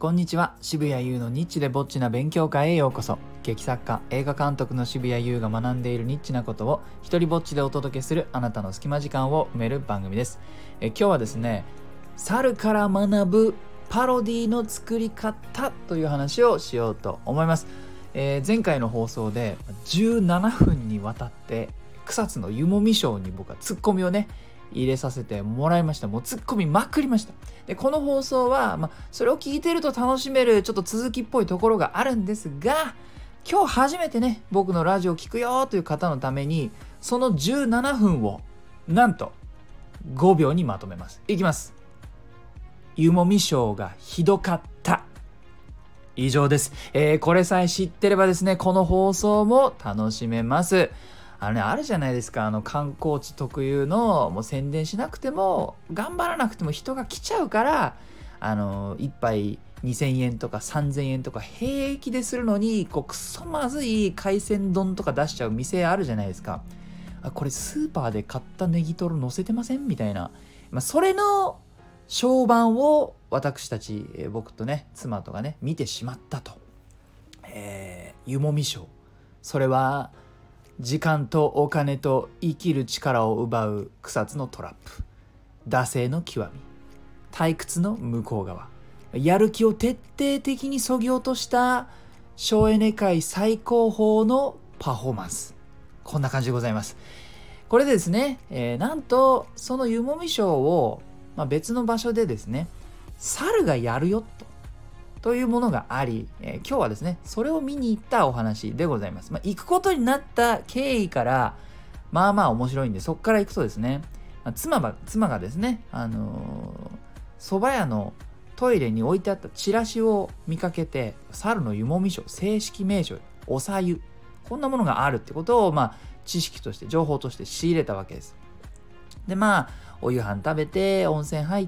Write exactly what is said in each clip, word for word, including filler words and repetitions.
こんにちは。渋谷優のニッチでぼっちな勉強会へようこそ。劇作家、映画監督の渋谷優が学んでいるニッチなことを一人ぼっちでお届けするあなたの隙間時間を埋める番組です。え今日はですね、猿から学ぶパロディの作り方という話をしようと思います。えー、前回の放送でじゅうななふんにわたって草津の湯もみショーに僕はツッコミをね入れさせてもらいました。もうツッコミまくりました。でこの放送は、まあ、それを聞いてると楽しめるちょっと続きっぽいところがあるんですが、今日初めてね僕のラジオを聞くよという方のためにそのじゅうななふんをなんとごびょうにまとめます。いきます。湯もみショーがひどかった。以上です。えー、これさえ知ってればですね、この放送も楽しめます。あのね、あるじゃないですか、あの観光地特有のもう宣伝しなくても頑張らなくても人が来ちゃうから、あの一杯にせんえんとかさんぜんえんとか平気でするのにこうクソまずい海鮮丼とか出しちゃう店あるじゃないですか。あ、これスーパーで買ったネギトロ乗せてませんみたいな、まあ、それの評判を私たち、えー、僕とね妻とかね見てしまったと。えー、湯もみショー、それは時間とお金と生きる力を奪う草津のトラップ、惰性の極み、退屈の向こう側、やる気を徹底的に削ぎ落とした省エネ界最高峰のパフォーマンス、こんな感じでございます。これでですね、えー、なんとその湯もみショーを、まあ、別の場所でですね猿がやるよとというものがあり、えー、今日はですねそれを見に行ったお話でございます。まあ、行くことになった経緯からまあまあ面白いんで、そこから行くとですね、まあ、妻が妻がですねあのー、蕎麦屋のトイレに置いてあったチラシを見かけて、猿の湯もみショー正式名称おさゆ、こんなものがあるってことをまあ知識として情報として仕入れたわけです。でまあお夕飯食べて温泉入って、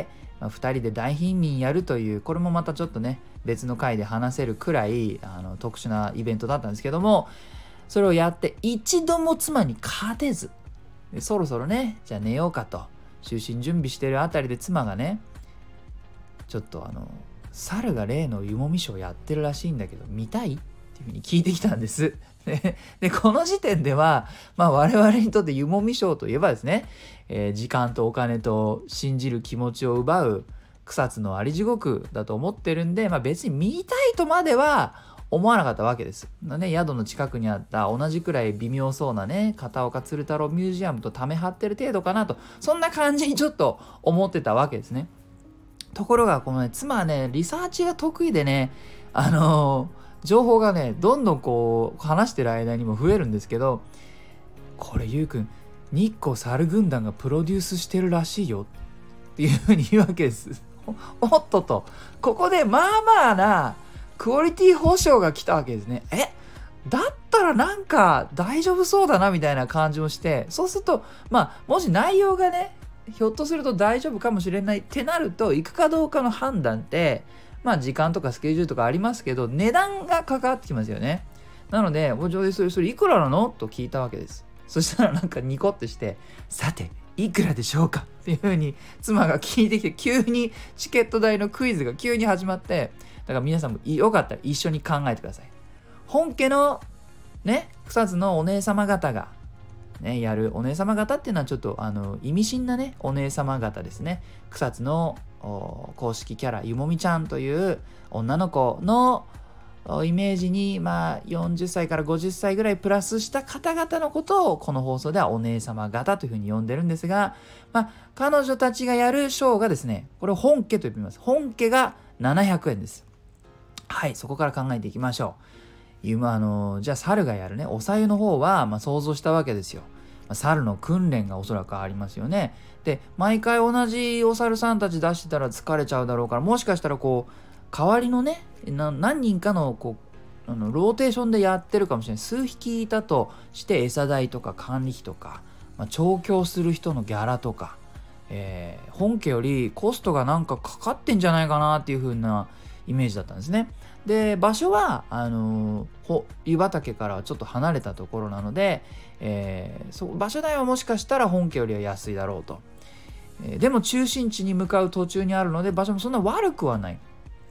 まあ、ふたりで大貧民やるという、これもまたちょっとね別の回で話せるくらいあの特殊なイベントだったんですけども、それをやって一度も妻に勝てず、でそろそろねじゃあ寝ようかと就寝準備してるあたりで妻がね、ちょっとあの猿が例の湯もみショーやってるらしいんだけど見たいっていうふうに聞いてきたんです。でこの時点では、まあ、我々にとって湯もみショーといえばですね、えー、時間とお金と信じる気持ちを奪う草津のあり地獄だと思ってるんで、まあ、別に見たいとまでは思わなかったわけです。ね、宿の近くにあった同じくらい微妙そうなね片岡鶴太郎ミュージアムとため張ってる程度かなと、そんな感じにちょっと思ってたわけですね。ところがこのね妻はねリサーチが得意でね、あのー情報がねどんどんこう話してる間にも増えるんですけど、これゆうくん日光猿軍団がプロデュースしてるらしいよっていうふうに言うわけです。おっとと、ここでまあまあなクオリティ保証が来たわけですね。えだったらなんか大丈夫そうだなみたいな感じもして、そうするとまあもし内容がねひょっとすると大丈夫かもしれないってなると、行くかどうかの判断ってまあ時間とかスケジュールとかありますけど値段がかかってきますよね。なのでお嬢それそれいくらなのと聞いたわけです。そしたらなんかニコってして、さていくらでしょうかっていう風に妻が聞いてきて、急にチケット代のクイズが急に始まって、だから皆さんもよかったら一緒に考えてください。本家のね草津のお姉様方がね、やるお姉様方っていうのはちょっとあの意味深なねお姉様方ですね。草津の公式キャラゆもみちゃんという女の子のイメージに、まあよんじゅっさいからごじゅっさいぐらいプラスした方々のことをこの放送ではお姉様方というふうに呼んでるんですが、まあ彼女たちがやるショーがですね、これを本家と呼びます。本家がななひゃくえんです。はい、そこから考えていきましょう。今あのじゃあ猿がやるねおさゆの方は、まあ、想像したわけですよ。まあ、猿の訓練がおそらくありますよね。で毎回同じお猿さんたち出してたら疲れちゃうだろうから、もしかしたらこう代わりのねな何人かのこうあのローテーションでやってるかもしれない。数匹いたとして餌代とか管理費とか、まあ、調教する人のギャラとか、えー、本家よりコストがなんかかかってんじゃないかなっていう風なイメージだったんですね。で場所はあのー、湯畑からはちょっと離れたところなので、えー、そ場所代はもしかしたら本家よりは安いだろうと、えー、でも中心地に向かう途中にあるので場所もそんな悪くはない。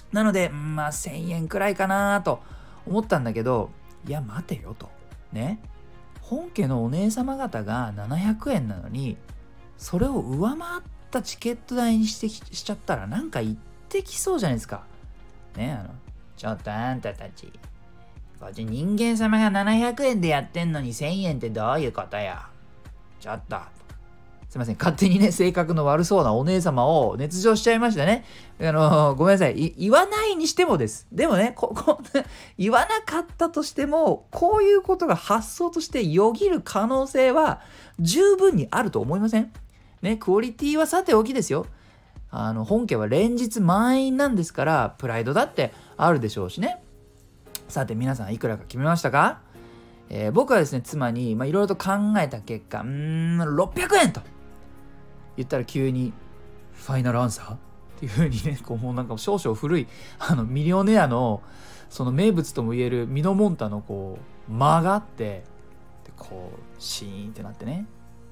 なので、まあせんえんくらいかなと思ったんだけど、いや待てよと。ね。本家のお姉様方がななひゃくえんなのに、それを上回ったチケット代にしてきしちゃったらなんか言ってきそうじゃないですか。ね、あの、ちょっとあんたたち、こっち人間様がななひゃくえんでやってんのにせんえんってどういうことや。ちょっと。すいません。勝手にね、性格の悪そうなお姉様を熱情しちゃいましたね。あのー、ごめんなさい。い言わないにしてもです。でもね、ここ言わなかったとしても、こういうことが発想としてよぎる可能性は十分にあると思いません？ね、クオリティはさておきですよ。あの、本家は連日満員なんですから、プライドだってあるでしょうしね。さて皆さんいくらか決めましたか？えー、僕はですね、妻にいろいろと考えた結果、うーん、ろっぴゃくえんと言ったら急に、ファイナルアンサーっていう風にね、こうもうなんか少々古い、あの、ミリオネアの、その名物とも言えるミノモンタのこう、間があって、でこう、シーンってなってね、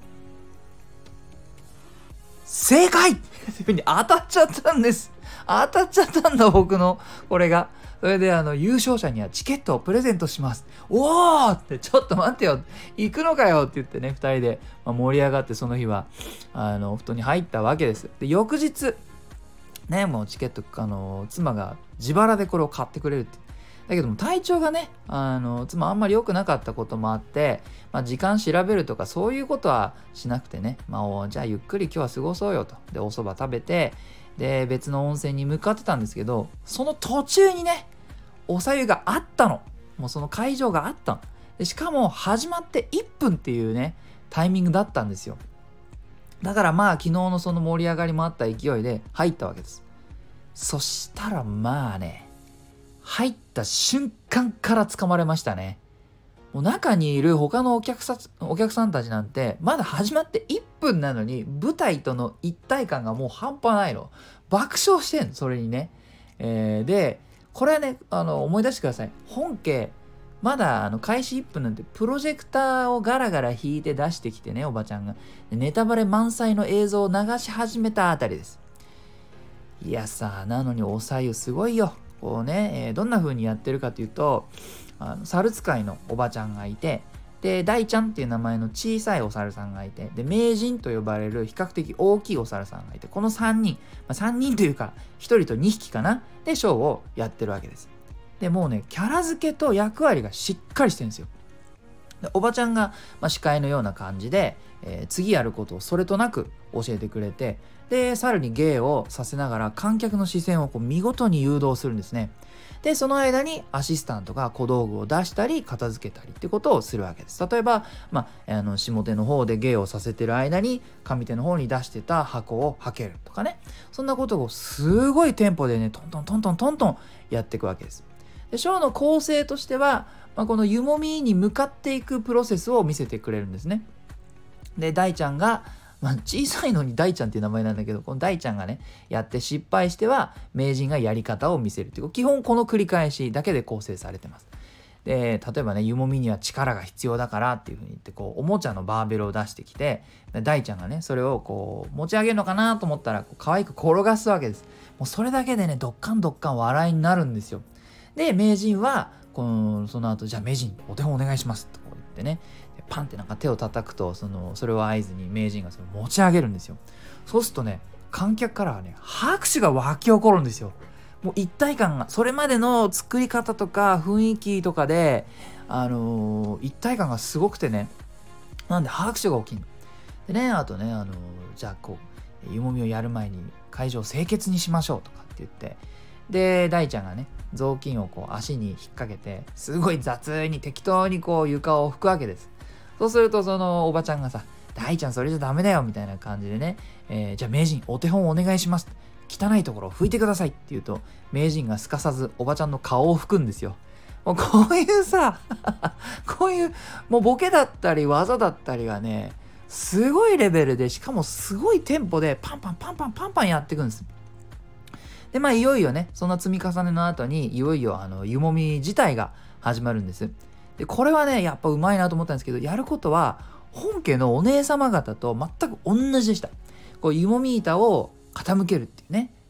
正解っていう風に当たっちゃったんです。当たっちゃったんだ、僕の、これが。それで、あの、優勝者にはチケットをプレゼントします。おーって、ちょっと待ってよ。行くのかよって言ってね、二人で、まあ、盛り上がって、その日は、あの、お布団に入ったわけです。で、翌日、ね、もうチケット、あの、妻が自腹でこれを買ってくれるって。だけども、体調がね、あの、妻あんまり良くなかったこともあって、まあ、時間調べるとか、そういうことはしなくてね、まあ、じゃあゆっくり今日は過ごそうよと。で、お蕎麦食べて、で、別の温泉に向かってたんですけど、その途中にね、おさゆがあったの。もうその会場があったの。で、しかも始まっていっぷんっていうね、タイミングだったんですよ。だからまあ昨日のその盛り上がりもあった勢いで入ったわけです。そしたらまあね、入った瞬間から掴まれましたね。もう中にいる他のお客さん、お客さんたちなんてまだ始まっていっぷんなのに舞台との一体感がもう半端ないの。爆笑してんの、それにね。えー、で、これはね、あの思い出してください。本家、まだあの開始いっぷんなんてプロジェクターをガラガラ引いて出してきてね、おばちゃんが。ネタバレ満載の映像を流し始めたあたりです。いやさ、なのにおさゆすごいよ。こうね、えー、どんな風にやってるかというと、あの猿使いのおばちゃんがいて、で大ちゃんっていう名前の小さいお猿さんがいて、で名人と呼ばれる比較的大きいお猿さんがいて、このさんにん、まあ、さんにんというかひとりとにひきかなでショーをやってるわけです。でもうね、キャラ付けと役割がしっかりしてるんですよ。でおばちゃんが、まあ、司会のような感じで、えー、次やることをそれとなく教えてくれて、でさらに芸をさせながら観客の視線をこう見事に誘導するんですね。でその間にアシスタントが小道具を出したり片付けたりってことをするわけです。例えば、まあ、あの下手の方で芸をさせてる間に上手の方に出してた箱をはけるとかね、そんなことをすごいテンポでね、トントントントントントンやっていくわけです。でショーの構成としては、まあ、この湯もみに向かっていくプロセスを見せてくれるんですね。で大ちゃんが、まあ、小さいのに大ちゃんっていう名前なんだけど、この大ちゃんがねやって失敗しては名人がやり方を見せるっていう、基本この繰り返しだけで構成されてます。で例えばね、湯もみには力が必要だからっていう風に言って、こうおもちゃのバーベルを出してきて、大ちゃんがねそれをこう持ち上げるのかなと思ったらこう可愛く転がすわけです。もうそれだけでね、どっかんどっかん笑いになるんですよ。で名人はこのその後、じゃあ名人お手本お願いしますとこう言ってね、パンってなんか手を叩くと、そのそれを合図に名人がそれを持ち上げるんですよ。そうするとね、観客からはね拍手が湧き起こるんですよ。もう一体感が、それまでの作り方とか雰囲気とかで、あのー、一体感がすごくてね、なんで拍手が起きるでね。あとね、あのー、じゃあこう湯もみをやる前に会場を清潔にしましょうとかって言って、で大ちゃんがね雑巾をこう足に引っ掛けて、すごい雑に適当にこう床を拭くわけです。そうするとそのおばちゃんがさ、大ちゃんそれじゃダメだよみたいな感じでね、えー、じゃあ名人お手本お願いします、汚いところを拭いてくださいって言うと、名人がすかさずおばちゃんの顔を拭くんですよ。もうこういうさこういうもうボケだったり技だったりがね、すごいレベルで、しかもすごいテンポでパンパンパンパンパンパンやっていくんです。でまあいよいよね、そんな積み重ねの後にいよいよあの湯もみ自体が始まるんです。でこれはねやっぱうまいなと思ったんですけど、やることは本家のお姉様方と全く同じでした。こう湯もみ板を傾けるっていうね、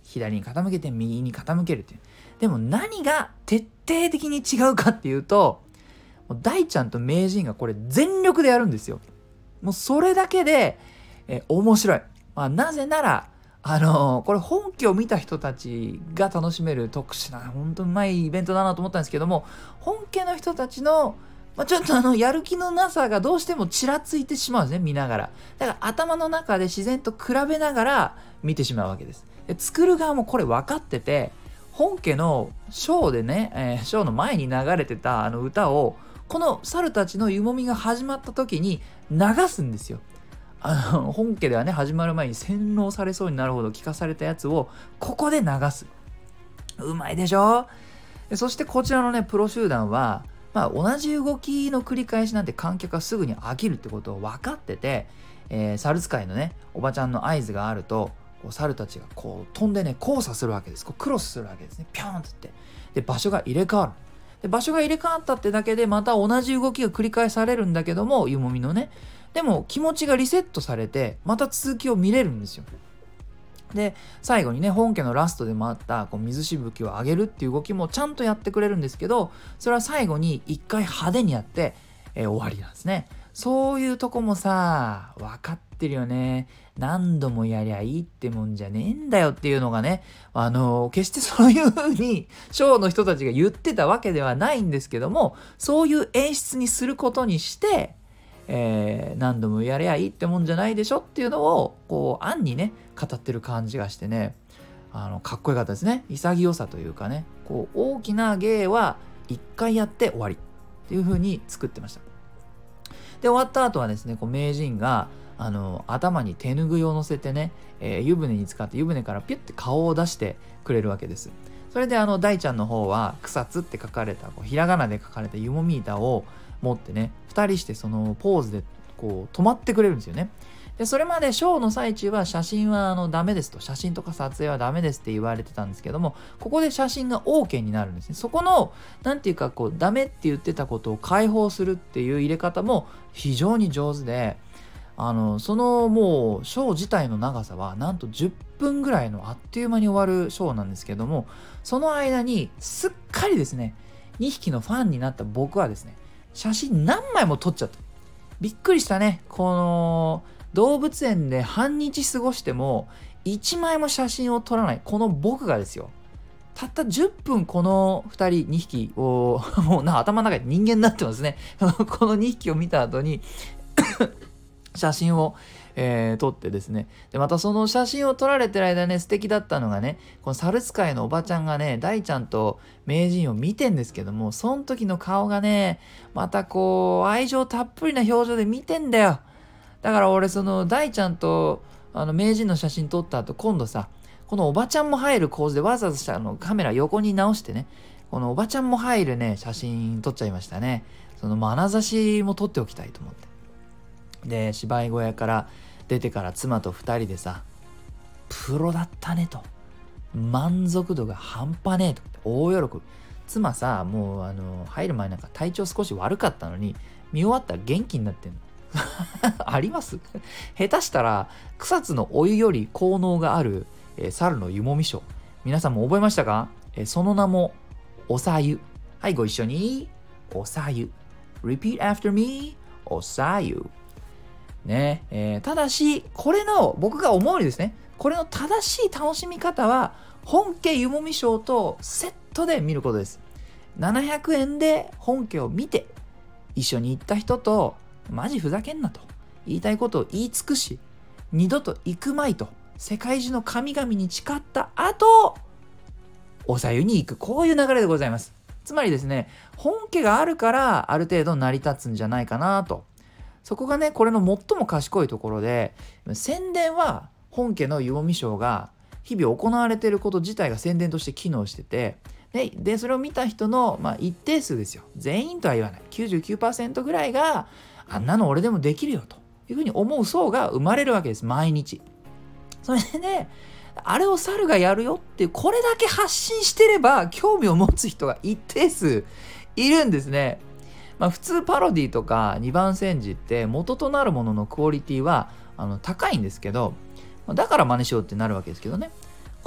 左に傾けて右に傾けるっていう。でも何が徹底的に違うかっていうと、大ちゃんと名人がこれ全力でやるんですよ。もうそれだけでえ面白い。まあ、なぜならあのー、これ本家を見た人たちが楽しめる特殊な本当にうまいイベントだなと思ったんですけども、本家の人たちの、まあ、ちょっとあのやる気のなさがどうしてもちらついてしまうんですね、見ながら。だから頭の中で自然と比べながら見てしまうわけです。で作る側もこれ分かってて、本家のショーでね、えー、ショーの前に流れてたあの歌をこの猿たちの湯もみが始まった時に流すんですよ。あの本家ではね始まる前に洗脳されそうになるほど聞かされたやつをここで流す。うまいでしょ。でそしてこちらのねプロ集団は、まあ、同じ動きの繰り返しなんて観客はすぐに飽きるってことを分かってて、えー、猿使いのねおばちゃんの合図があるとこう猿たちがこう飛んでね交差するわけです。こうクロスするわけですね。ピョーンってってで場所が入れ替わる。で場所が入れ替わったってだけでまた同じ動きが繰り返されるんだけども、湯もみのねでも気持ちがリセットされてまた続きを見れるんですよ。で最後にね本家のラストでもあったこう水しぶきを上げるっていう動きもちゃんとやってくれるんですけど、それは最後に一回派手にやって、えー、終わりなんですね。そういうとこもさ分かってるよね。何度もやりゃいいってもんじゃねえんだよっていうのがね、あのー、決してそういう風にショーの人たちが言ってたわけではないんですけども、そういう演出にすることにしてえー、何度もやればいいってもんじゃないでしょっていうのをこう暗にね語ってる感じがしてね、あのかっこよかったですね。潔さというかね、こう大きな芸は一回やって終わりっていう風に作ってました。で終わった後はですねこう名人があの頭に手ぬぐいを乗せてね、えー、湯船に浸かって湯船からピュッて顔を出してくれるわけです。それであの大ちゃんの方は草津って書かれたこうひらがなで書かれた湯もみ板を持ってねふたりしてそのポーズでこう止まってくれるんですよね。でそれまでショーの最中は写真はあのダメですと、写真とか撮影はダメですって言われてたんですけども、ここで写真が OK になるんですね。そこのなんていうかこうダメって言ってたことを解放するっていう入れ方も非常に上手で、あのそのもうショー自体の長さはなんとじゅっぷんぐらいのあっという間に終わるショーなんですけども、その間にすっかりですねにひきのファンになった僕はですね写真何枚も撮っちゃった。びっくりしたね。この動物園で半日過ごしてもいちまいも写真を撮らないこの僕がですよ、たったじゅっぷんこのふたりにひきをもうな頭の中で人間になってますねこのにひきを見た後に写真を、えー、撮ってですね、でまたその写真を撮られてる間ね素敵だったのがね、この猿使いのおばちゃんがね大ちゃんと名人を見てんですけども、その時の顔がねまたこう愛情たっぷりな表情で見てんだよ。だから俺その大ちゃんとあの名人の写真撮った後今度さこのおばちゃんも入る構図でわざわざあのカメラ横に直してね、このおばちゃんも入るね写真撮っちゃいましたね。その眼差しも撮っておきたいと思って、で芝居小屋から出てから妻とふたりでさ、プロだったねと、満足度が半端ねえと大喜び。妻さもうあの入る前なんか体調少し悪かったのに見終わったら元気になってんのあります下手したら草津のお湯より効能がある、えー、猿の湯もみショー、皆さんも覚えましたか？えー、その名もおさゆ。はい、ご一緒におさゆ Repeat after me おさゆね。えー、ただしこれの僕が思うにですね、これの正しい楽しみ方は本家湯もみショーとセットで見ることです。ななひゃくえんで本家を見て一緒に行った人とマジふざけんなと言いたいことを言い尽くし、二度と行くまいと世界中の神々に誓った後おさゆに行く、こういう流れでございます。つまりですね本家があるからある程度成り立つんじゃないかなと。そこがねこれの最も賢いところで、宣伝は本家の湯もみショーが日々行われていること自体が宣伝として機能してて、で, でそれを見た人の、まあ、一定数ですよ、全員とは言わない きゅうじゅうきゅうパーセント ぐらいがあんなの俺でもできるよというふうに思う層が生まれるわけです。毎日それでね、あれを猿がやるよっていうこれだけ発信してれば興味を持つ人が一定数いるんですね。まあ、普通パロディとか二番煎じって元となるもののクオリティはあの高いんですけど、だから真似しようってなるわけですけどね、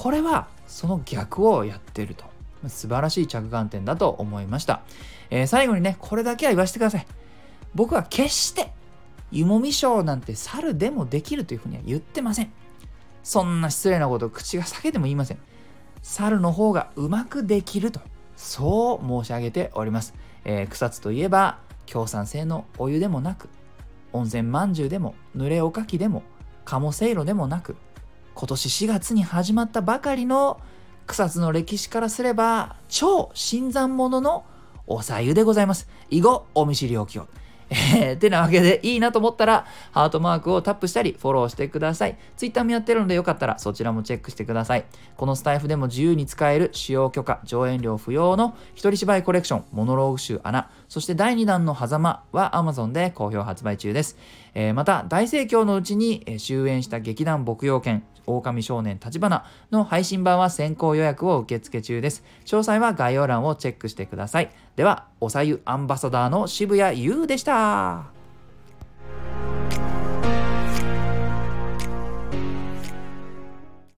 これはその逆をやってると。素晴らしい着眼点だと思いました。えー、最後にね、これだけは言わせてください。僕は決して湯もみショーなんて猿でもできるというふうには言ってません。そんな失礼なことを口が裂けても言いません。猿の方がうまくできると、そう申し上げております。えー、草津といえば強酸性のお湯でもなく、温泉まんじゅうでも濡れおかきでも鴨せいろでもなく、今年しがつに始まったばかりの草津の歴史からすれば超新参者のおさゆでございます。以後お見知りおきを。えー、てなわけで、いいなと思ったらハートマークをタップしたりフォローしてください。ツイッターもやってるのでよかったらそちらもチェックしてください。このスタイフでも自由に使える使用許可上演料不要の一人芝居コレクションモノローグ集穴、そしてだいにだんの狭間は Amazon で好評発売中です。えー、また大盛況のうちに、えー、終演した劇団牧羊犬狼少年立花の配信版は先行予約を受付中です。詳細は概要欄をチェックしてください。では、おさゆアンバサダーの渋谷優でした。